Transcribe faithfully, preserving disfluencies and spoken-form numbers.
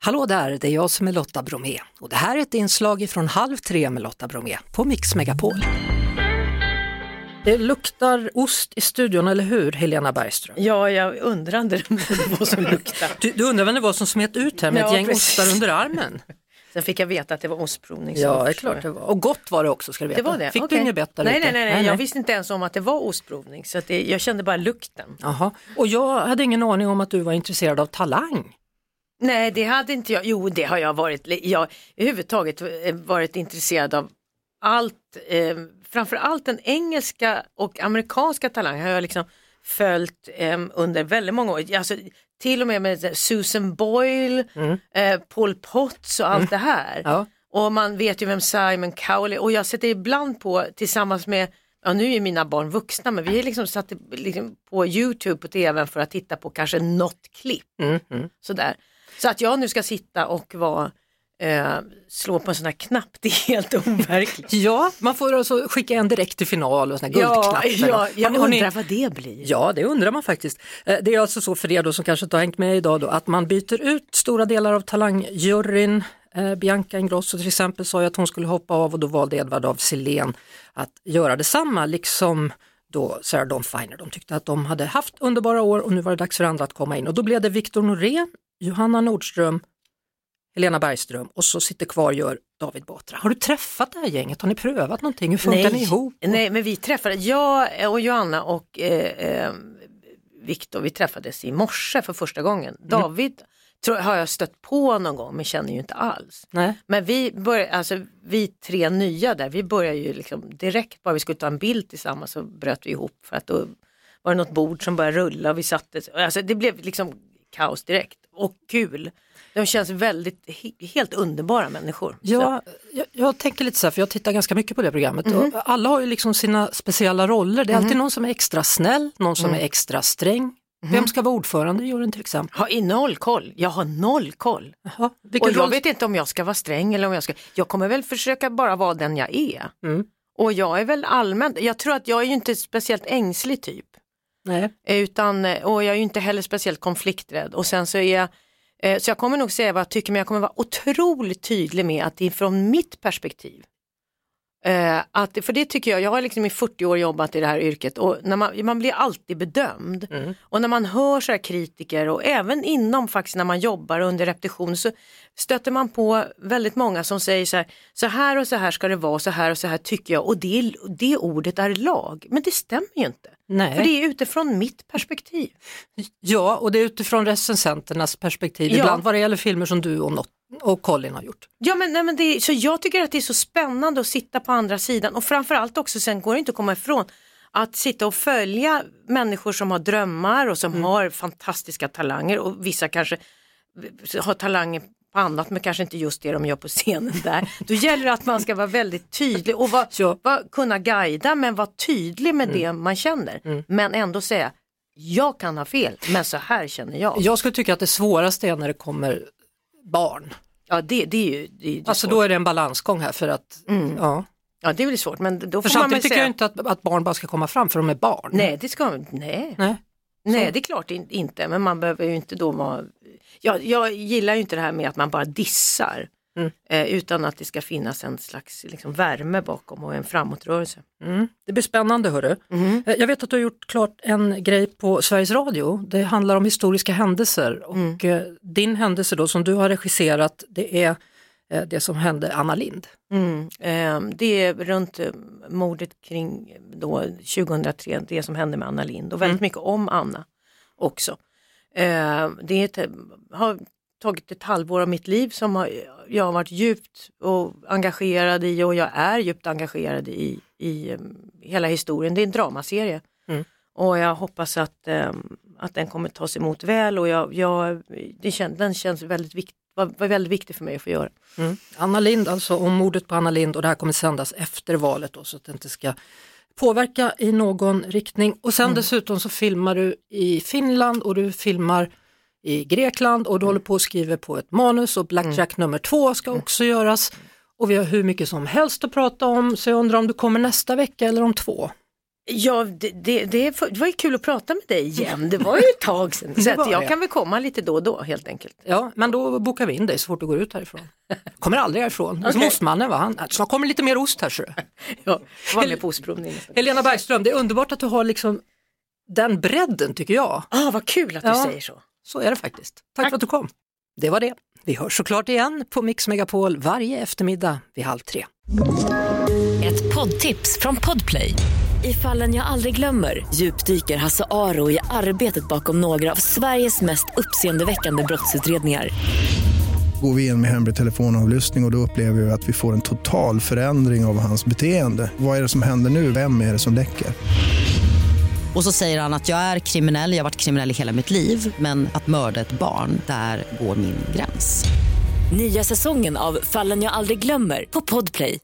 Hallå där, det är jag som är Lotta Bromé och det här är ett inslag från Halv tre med Lotta Bromé på Mix Megapol. Det luktar ost i studion, eller hur, Helena Bergström? Ja, jag undrade vad som luktar. Du, du undrar vem det var som smet ut här med Ja, ett gäng precis. ostar under armen? Sen fick jag veta att det var ostprovning. Ja, det är klart det var. Och gott var det också, ska du veta. Det var det. Fick Okay. du inget bättre? Nej, nej, nej, nej. Jag visste inte ens om att det var ostprovning. Så att det, jag kände bara lukten. Jaha. Och jag hade ingen aning om att du var intresserad av talang. Nej, det hade inte jag. Jo, det har jag varit. Jag har överhuvudtaget varit intresserad av allt. Eh, framförallt den engelska och amerikanska talang har jag liksom följt eh, under väldigt många år. Alltså, till och med med Susan Boyle, mm. eh, Paul Potts och allt mm. det här. Ja. Och man vet ju vem Simon Cowell är. Och jag sätter ibland på tillsammans med, ja nu är mina barn vuxna, men vi är liksom satt liksom på YouTube på tvn för att titta på kanske något klipp. Mm. Mm. Sådär. Så att jag nu ska sitta och vara, eh, slå på en sån här knapp, det är helt overkligt. Ja, man får alltså skicka en direkt till final och såna här ja, guldknappar. Ja, jag har, undrar har ni... vad det blir. Ja, det undrar man faktiskt. Det är alltså så för er då som kanske inte har hängt med idag då, att man byter ut stora delar av talangjuryn. Eh, Bianca Ingrosso till exempel sa ju att hon skulle hoppa av och då valde Edvard af Sillén att göra detsamma, liksom då Sarah Dawn Finer. De tyckte att de hade haft underbara år och nu var det dags för andra att komma in. Och då blev det Victor Norén, Johanna Nordström, Helena Bergström och så sitter kvar gör David Batra. Har du träffat det här gänget? Har ni prövat någonting? Hur funkar nej, ni ihop? Och... Nej, men vi träffade, jag och Johanna och eh, eh, Victor, vi träffades i morse för första gången. Mm. David tror, har jag stött på någon gång men känner ju inte alls. Nej. Men vi började, alltså vi tre nya där, vi började ju liksom direkt, bara vi skulle ta en bild tillsammans så bröt vi ihop för att då var det något bord som började rulla och vi satte, alltså det blev liksom kaos direkt och kul. De känns väldigt, helt underbara människor. Ja, jag, jag tänker lite så här, för jag tittar ganska mycket på det programmet. Mm. Och alla har ju liksom sina speciella roller. Det är mm. alltid någon som är extra snäll, någon som mm. är extra sträng. Mm. Vem ska vara ordförande i juryn till exempel? Har noll koll. Jag har noll koll. Jaha, och jag roll... vet inte om jag ska vara sträng eller om jag ska... Jag kommer väl försöka bara vara den jag är. Mm. Och jag är väl allmänt... Jag tror att jag är ju inte speciellt ängslig typ. Nej. Utan, och jag är ju inte heller speciellt konflikträdd. Och sen så är jag... Så jag kommer nog säga vad jag tycker, men jag kommer vara otroligt tydlig med att det är från mitt perspektiv. Uh, att, för det tycker jag, jag har liksom i fyrtio år jobbat i det här yrket och när man, man blir alltid bedömd. Mm. Och när man hör så här kritiker och även inom faktiskt när man jobbar under repetition så stöter man på väldigt många som säger så här, så här och så här ska det vara, så här och så här tycker jag, och det, det ordet är lag. Men det stämmer ju inte. Nej. För det är utifrån mitt perspektiv. Ja, och det är utifrån recensenternas perspektiv. Ja. Ibland vad det gäller filmer som du och något och Colin har gjort. Ja, men, nej, men det är, så jag tycker att det är så spännande att sitta på andra sidan och framförallt också, sen går det inte att komma ifrån att sitta och följa människor som har drömmar och som mm. har fantastiska talanger och vissa kanske har talanger på annat men kanske inte just det de gör på scenen där. Då gäller det att man ska vara väldigt tydlig och vara, ja. vara, kunna guida men vara tydlig med mm. det man känner. Mm. Men ändå säga, jag kan ha fel men så här känner jag. Jag skulle tycka att det svåraste är när det kommer barn. Ja, det, det är ju det är alltså svårt. Då är det en balansgång här för att mm. ja. Ja, det är väl svårt, men då för får man samtidigt tycker säga... jag inte att, att barn bara ska komma fram för de är barn. Nej, det ska nej. Nej, nej det är klart inte, men man behöver ju inte då vara... Jag, jag gillar ju inte det här med att man bara dissar. Mm. Eh, utan att det ska finnas en slags liksom, värme bakom och en framåtrörelse. Mm. Det blir spännande, hörru. Mm. Eh, jag vet att du har gjort klart en grej på Sveriges Radio. Det handlar om historiska händelser. Och mm. eh, din händelse då som du har regisserat, det är eh, det som hände Anna Lindh. Mm. Eh, det är runt eh, mordet kring då, tjugohundratre, det som hände med Anna Lindh. Och väldigt mm. mycket om Anna också. Eh, det är ett, har tagit ett halvår av mitt liv som har, jag har varit djupt och engagerad i och jag är djupt engagerad i, i um, hela historien. Det är en dramaserie mm. och jag hoppas att, um, att den kommer tas emot väl och jag, jag, det kän, den känns väldigt viktig, var, var väldigt viktig för mig att få göra. Mm. Anna Lindh, alltså om mordet på Anna Lindh, och det här kommer sändas efter valet då, så att det inte ska påverka i någon riktning. Och sen mm. dessutom så filmar du i Finland och du filmar i Grekland och du mm. håller på att skriva på ett manus och Blackjack mm. nummer två ska också mm. göras. Och vi har hur mycket som helst att prata om, så jag undrar om du kommer nästa vecka eller om två? Ja, det, det, det var ju kul att prata med dig igen. Det var ju ett tag sedan. Så att jag det. kan väl komma lite då och då helt enkelt. Ja, men då bokar vi in dig så fort du går ut härifrån. Kommer aldrig härifrån. Okay. Som ostmannen, va? Han, snart kommer lite mer ost här, så. Ja, var med på ostprovning. Helena Bergström, det är underbart att du har liksom den bredden, tycker jag. Ah, vad kul att du ja, säger så. Så är det faktiskt. Tack, Tack för att du kom. Det var det. Vi hörs såklart igen på Mix Megapol varje eftermiddag vid halv tre. Ett poddtips från Podplay. I Fallen jag aldrig glömmer djupdyker Hasse Aro i arbetet bakom några av Sveriges mest uppseendeväckande brottsutredningar. Går vi in med hemlig telefonavlyssning och då upplever vi att vi får en total förändring av hans beteende. Vad är det som händer nu? Vem är det som läcker? Och så säger han att jag är kriminell, jag har varit kriminell i hela mitt liv. Men att mörda ett barn, där går min gräns. Nya säsongen av Fallen jag aldrig glömmer på Podplay.